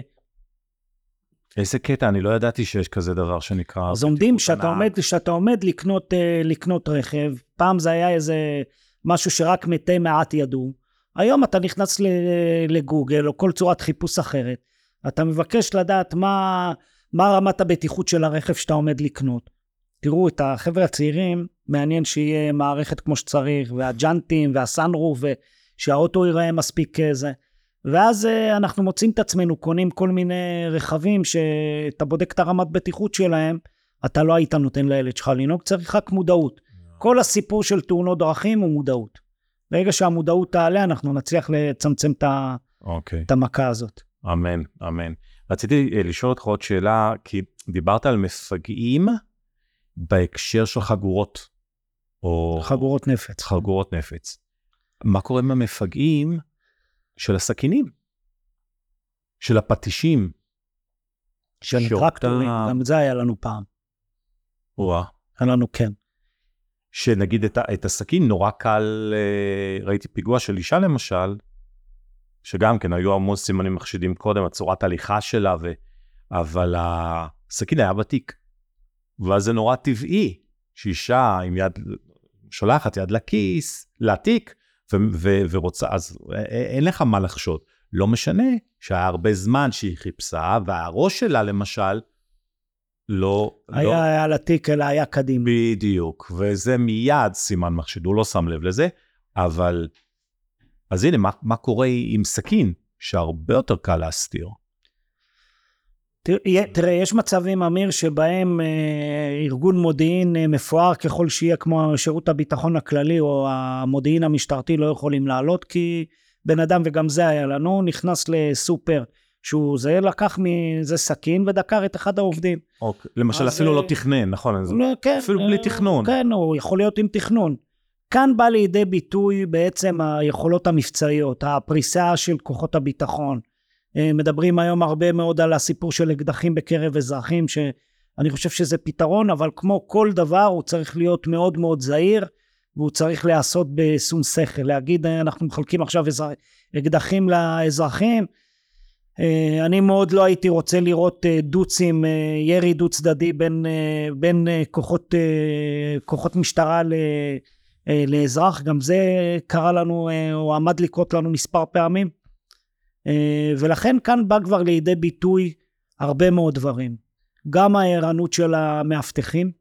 איזה קטע, אני לא ידעתי שיש כזה דבר שנקרא... אז עומדים, שאתה עומד לקנות רכב, פעם זה היה איזה משהו שרק מתי מעט ידעו, היום אתה נכנס לגוגל או כל צורת חיפוש אחרת, אתה מבקש לדעת מה רמת הבטיחות של הרכב שאתה עומד לקנות. תראו, את החבר'ה הצעירים, מעניין שיהיה מערכת כמו שצריך, והג'אנטים והסנרוף, ושהאוטו ייראה מספיק כזה. ואז אנחנו מוצאים את עצמנו, קונים כל מיני רכבים, שאתה בודק את הרמת בטיחות שלהם, אתה לא היית נותן לילד שלך לנהוג, צריך רק מודעות. כל הסיפור של תאונות דרכים הוא מודעות. ברגע שהמודעות תעלה, אנחנו נצליח לצמצם את המכה הזאת. אמן, אמן. רציתי לשאול אותך עוד שאלה, כי דיברת על מפגעים בהקשר של חגורות. או חגורות נפץ. חגורות נפץ. מה קורה עם המפגעים של הסכינים? של הפטישים? של טרקטורים, גם זה היה לנו פעם. היה לנו, כן. שנגיד את הסכין נורא קל, ראיתי פיגוע של אישה למשל, שגם כן היו המון סימנים מחשידים קודם, הצורת הליכה שלה, אבל הסכין היה ותיק. ואז זה נורא טבעי, שאישה עם יד, שולחת יד לכיס, לתיק, ורוצה, אז אין לך מה לחשוד. לא משנה שהיה הרבה זמן שהיא חיפשה, והראש שלה למשל, היה לתיק, אלא היה קדים. בדיוק, וזה מיד סימן מחשיד, הוא לא שם לב לזה, אבל, אז הנה, מה קורה עם סכין, שהרבה יותר קל להסתיר? תראה, יש מצבים, אמיר, שבהם ארגון מודיעין מפואר ככל שיהיה, כמו שירות הביטחון הכללי, או המודיעין המשטרתי, לא יכולים לעלות, כי בן אדם, וגם זה היה לנו, נכנס לסופר, שהוא זה לקח מזה סכין ודקר את אחד העובדים. למשל אפילו לא תכנן, נכון? אפילו בלי תכנון. כן, הוא יכול להיות עם תכנון. כאן בא לידי ביטוי בעצם היכולות המבצעיות, הפריסה של כוחות הביטחון. מדברים היום הרבה מאוד על הסיפור של אקדחים בקרב אזרחים, שאני חושב שזה פתרון, אבל כמו כל דבר הוא צריך להיות מאוד מאוד זהיר, והוא צריך לעשות בשום שכל. להגיד, אנחנו מחלקים עכשיו אקדחים לאזרחים, אני מאוד לא הייתי רוצה לראות דוצים, ירי דו צדדי בין כוחות משטרה לאזרח, גם זה קרה לנו, או עמד לקרות לנו מספר פעמים, ולכן כאן בא כבר לידי ביטוי הרבה מאוד דברים, גם הערנות של המאבטחים,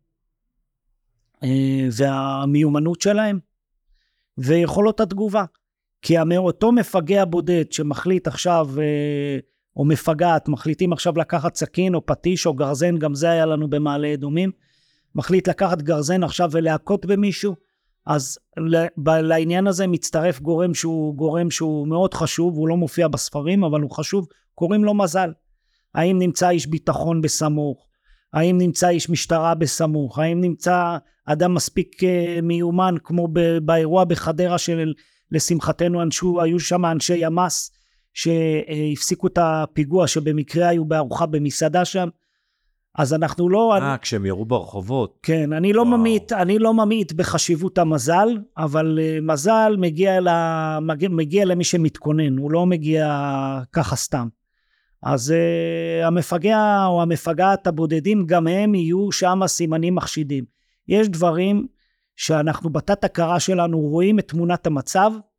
והמיומנות שלהם, ויכולות התגובה, כי אותו מפגע בודד שמחליט עכשיו, או מפגעת, מחליטים עכשיו לקחת סכין או פטיש או גרזן, גם זה היה לנו במעלה אדומים, מחליט לקחת גרזן עכשיו ולהכות במישהו, אז לעניין הזה מצטרף גורם שהוא מאוד חשוב, הוא לא מופיע בספרים, אבל הוא חשוב, קוראים לו מזל. האם נמצא איש ביטחון בסמוך? האם נמצא איש משטרה בסמוך? האם נמצא אדם מספיק מיומן, כמו באירוע בחדרה לשמחתנו היו שם אנשי ימ"ס שהפסיקו את הפיגוע, שבמקרה היו בארוחה במסעדה שם, אז אנחנו לא... כשהם ירו ברחובות. כן, אני לא ממעיט בחשיבות המזל, אבל מזל מגיע למי שמתכונן, הוא לא מגיע ככה סתם. אז המפגע או המפגעת הבודדים, גם הם יהיו שם סימנים מחשידים. יש דברים שאנחנו בתת הכרה שלנו רואים את תמונת המצב,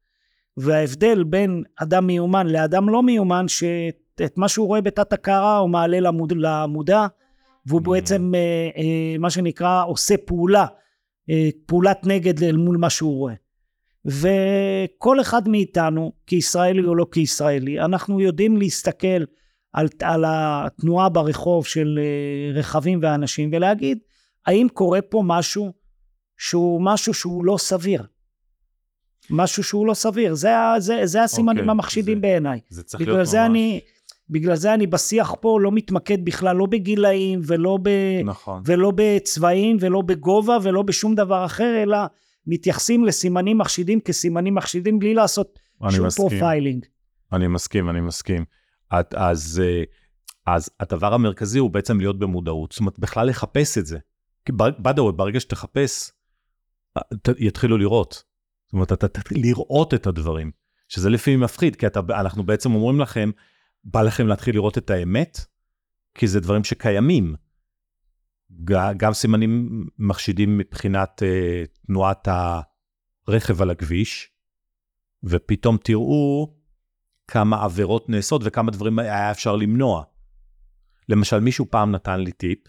וההבדל בין אדם מיומן לאדם לא מיומן, שאת מה שהוא רואה בתת הכרה הוא מעלה למודע, והוא בעצם מה שנקרא עושה פעולת נגד אל מול מה שהוא רואה. וכל אחד מאיתנו, כישראלי או לא כישראלי, אנחנו יודעים להסתכל על התנועה ברחוב של רכבים ואנשים, ולהגיד, האם קורה פה משהו שהוא לא סביר? משהו שהוא לא סביר. זה הסימנים המחשידים בעיניי. זה צריך להיות ממש. בגלל זה אני בשיח פה לא מתמקד בכלל, לא בגילאים, ולא בצבעים, ולא בגובה, ולא בשום דבר אחר, אלא מתייחסים לסימנים מחשידים כסימנים מחשידים, בלי לעשות שום פרופיילינג. אני מסכים. אז הדבר המרכזי הוא בעצם להיות במודעות, זאת אומרת, בכלל לחפש את זה. כי ברגע שתחפש, יתחילו לראות. זאת אומרת, אתה תתחיל לראות את הדברים, שזה לפעמים מפחיד, כי אנחנו בעצם אומרים לכם, בא לכם להתחיל לראות את האמת, כי זה דברים שקיימים. גם סימנים מחשידים מבחינת תנועת הרכב על הכביש, ופתאום תראו כמה עבירות נעשות, וכמה דברים היה אפשר למנוע. למשל, מישהו פעם נתן לי טיפ,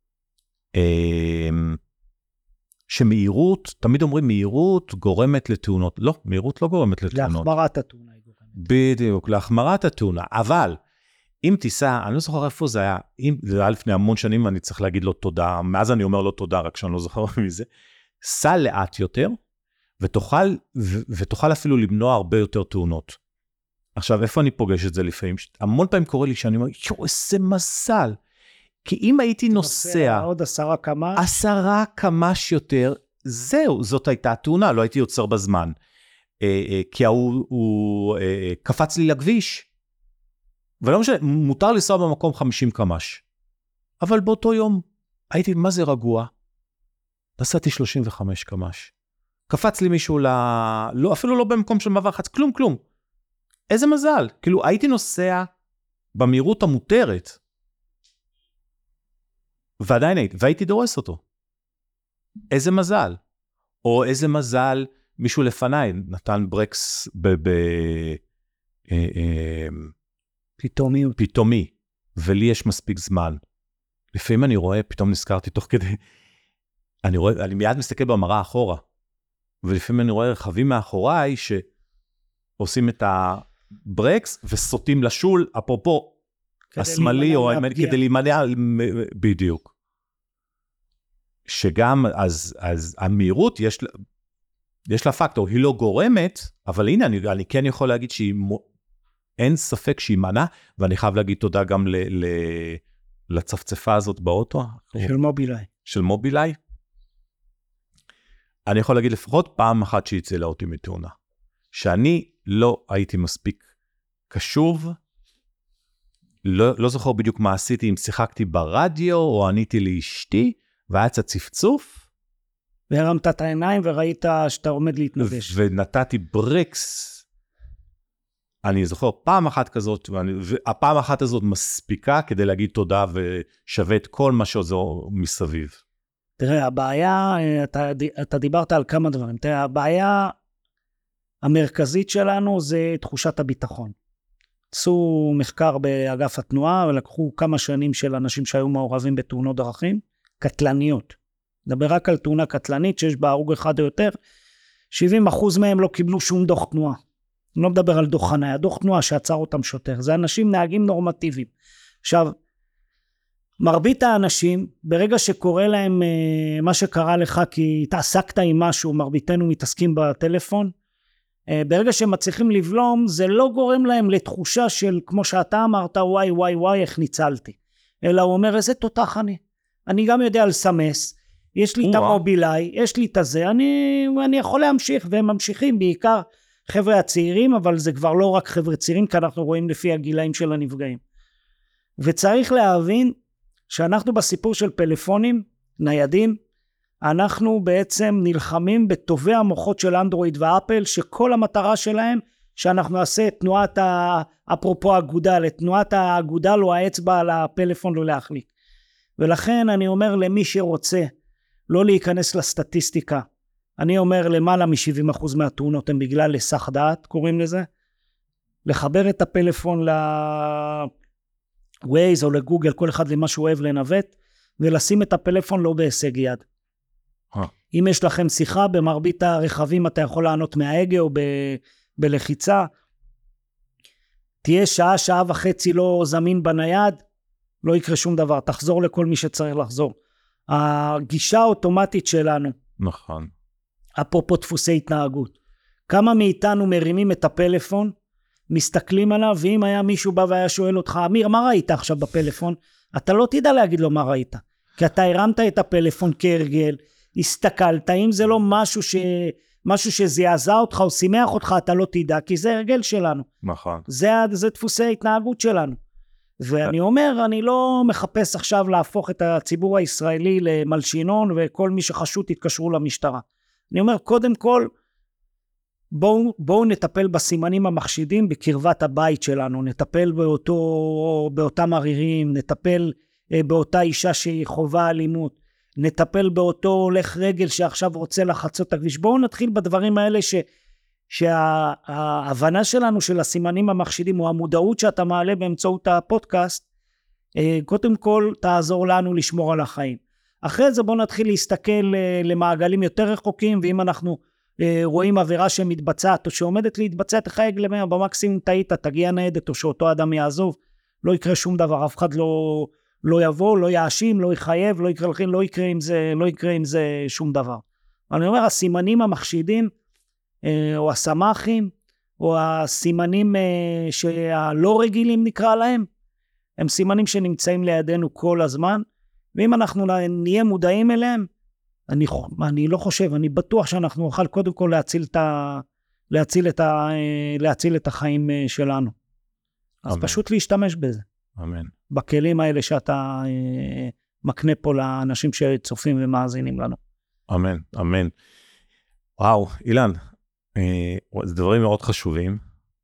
שמהירות, תמיד אומרים מהירות גורמת לתאונות. לא, מהירות לא גורמת לתאונות. להחמרת התאונה. בדיוק, להחמרת התאונה. אבל, אם תיסע, אני לא זוכר איפה זה היה, זה היה לפני המון שנים, ואני צריך להגיד לו תודה, מאז אני אומר לו תודה, רק שאני לא זוכר מזה, סע לאט יותר, ותוכל אפילו למנוע הרבה יותר תאונות. עכשיו, איפה אני פוגש את זה לפעמים? המון פעמים קורה לי שאני אומר, איזה מזל, כי אם הייתי נוסע עוד 10 קמ"ש, 10 קמ"ש יותר, זהו, זאת הייתה תאונה, לא הייתי יוצר בזמן. כי הוא קפץ לי לכביש, ולא משנה, מותר לנסוע במקום 50 קמ"ש. אבל באותו יום הייתי, מה זה רגוע? נסעתי 35 קמ"ש. קפץ לי מישהו לא, אפילו לא במקום של מעבר חץ, כלום. איזה מזל. כאילו, הייתי נוסע במהירות המותרת, ועדיין והייתי דורס אותו. איזה מזל. או איזה מזל, מישהו לפניי נתן ברקס פתאומי, ולי יש מספיק זמן. לפעמים אני רואה, פתאום נזכרתי תוך כדי, אני מיד מסתכל במראה אחורה, ולפעמים אני רואה רכבים מאחוריי, שעושים את הברקס, וסוטים לשול, אפרופו, השמאלי, או כדי להימנע, בדיוק. שגם, אז המהירות יש לה פקטור, היא לא גורמת, אבל הנה, אני כן יכול להגיד אין ספק שהיא מנה, ואני חייב להגיד תודה גם לצפצפה הזאת באוטו. של מובילאי. אני יכול להגיד לפחות פעם אחת שהיא הצילה אותי מתאונה. שאני לא הייתי מספיק קשוב, לא זוכר בדיוק מה עשיתי, אם שיחקתי ברדיו, או עניתי לאשתי, והיה קצת צפצוף, והרמת את העיניים וראית שאתה עומד להתנגש. ונתתי ברקס. אני זוכר פעם אחת כזאת, והפעם אחת הזאת מספיקה כדי להגיד תודה ושווה את כל מה שעוזר מסביב. תראה, הבעיה, אתה דיברת על כמה דברים. תראה, הבעיה המרכזית שלנו זה תחושת הביטחון. עשו מחקר באגף התנועה, ולקחו כמה שנים של אנשים שהיו מעורבים בתאונות דרכים, קטלניות. נדבר רק על תאונה קטלנית שיש בה הרוג אחד או יותר, 70% מהם לא קיבלו שום דוח תנועה. אני לא מדבר על דוח חניה, דוח תנועה שעצר אותם שוטר. זה אנשים נהגים נורמטיביים. עכשיו, מרבית האנשים, ברגע שקורה להם מה שקרה לך, כי התעסקת עם משהו, מרביתנו מתעסקים בטלפון, ברגע שהם מצליחים לבלום, זה לא גורם להם לתחושה של, כמו שאתה אמרת, וואי, איך ניצלתי. אלא הוא אומר, איזה תותח אני גם יודע לסמס, יש לי את המובילאי, יש לי את הזה, אני יכול להמשיך, והם ממשיכים בעיקר חבר'ה הצעירים, אבל זה כבר לא רק חבר'ה צעירים, כי אנחנו רואים לפי הגילאים של הנפגעים. וצריך להבין שאנחנו בסיפור של פלאפונים ניידים, אנחנו בעצם נלחמים בטובי המוחות של אנדרואיד ואפל, שכל המטרה שלהם שאנחנו נעשה תנועת, אפרופו אגודל, את תנועת האגודל או האצבע על הפלאפון לא להחליק. ולכן אני אומר למי שרוצה לא להיכנס לסטטיסטיקה, אני אומר למעלה מ-70% מהתאונות הן בגלל היסח דעת, קוראים לזה. לחבר את הפלאפון ל-Waze או לגוגל, כל אחד למה שהוא אוהב לנווט, ולשים את הפלאפון לא בהישג יד. אם יש לכם שיחה, במרבית הרכבים אתה יכול לענות מההגה או בלחיצה. תהיה שעה, שעה וחצי לא זמין בנייד, לא יקרה שום דבר, תחזור לכל מי שצריך לחזור. הגישה האוטומטית שלנו, נכון. אפרופו דפוסי התנהגות, כמה מאיתנו מרימים את הפלאפון, מסתכלים עליו, ואם היה מישהו בא והיה שואל אותך, אמיר, מה ראית עכשיו בפלאפון? אתה לא תדע להגיד לו מה ראית, כי אתה הרמת את הפלאפון כהרגל, הסתכלת, אם זה לא משהו שזעזע אותך או שימח אותך, אתה לא תדע, כי זה הרגל שלנו. נכון. זה דפוסי ההתנהגות שלנו. ואני אומר, אני לא מחפש עכשיו להפוך את הציבור הישראלי למלשינון, וכל מי שחשוד תתקשרו למשטרה. אני אומר, קודם כל, בואו נטפל בסימנים המחשידים בקרבת הבית שלנו, נטפל באותם ערירים, נטפל באותה אישה שהיא חובה אלימות, נטפל באותו הולך רגל שעכשיו רוצה לחצות את הכביש. בואו נתחיל בדברים האלה שההבנה שלנו של הסימנים המחשידים, או המודעות שאתה מעלה באמצעות הפודקאסט, קודם כל תעזור לנו לשמור על החיים. אחרי זה בואו נתחיל להסתכל למעגלים יותר רחוקים, ואם אנחנו רואים עבירה שמתבצעת או שעומדת להתבצע, תחייג למאה, במקסימום טעית, תגיע ניידת או שאותו אדם יעזוב, לא יקרה שום דבר, אף אחד לא יבוא, לא יאשים, לא יחייב, לא יקרה עם זה שום דבר. אני אומר, הסימנים המחשידים, או הסמכים, או הסימנים שהלא רגילים נקרא להם, הם סימנים שנמצאים לידינו כל הזמן, ואם אנחנו נהיה מודעים אליהם, אני לא חושב, אני בטוח שאנחנו נוכל קודם כל להציל את החיים שלנו. אז אמן. פשוט להשתמש בזה. אמן. בכלים האלה שאתה מקנה פה לאנשים שצופים ומאזינים לנו. אמן, אמן. וואו, אילן, זה דברים מאוד חשובים.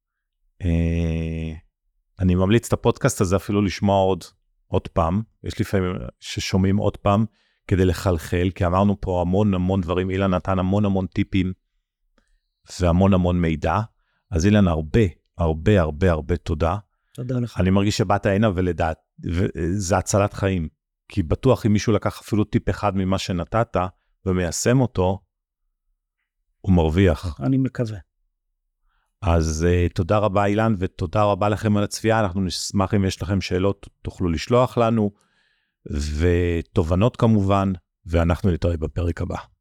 אני ממליץ את הפודקאסט הזה אפילו לשמוע עוד פעם. יש לפעמים ששומעים עוד פעם כדי לחלחל, כי אמרנו פה המון דברים. אילן נתן המון טיפים והמון מידע. אז אילן, הרבה תודה. תודה לך. אני מרגיש שבאת הנה וזה הצלת חיים. כי בטוח אם מישהו לקח אפילו טיפ אחד ממה שנתת ומיישם אותו, הוא מרוויח. אני מקווה. אז תודה רבה אילן, ותודה רבה לכם על הצפייה. אנחנו נשמח אם יש לכם שאלות, תוכלו לשלוח לנו, ותובנות כמובן, ואנחנו נתראה בפרק הבא.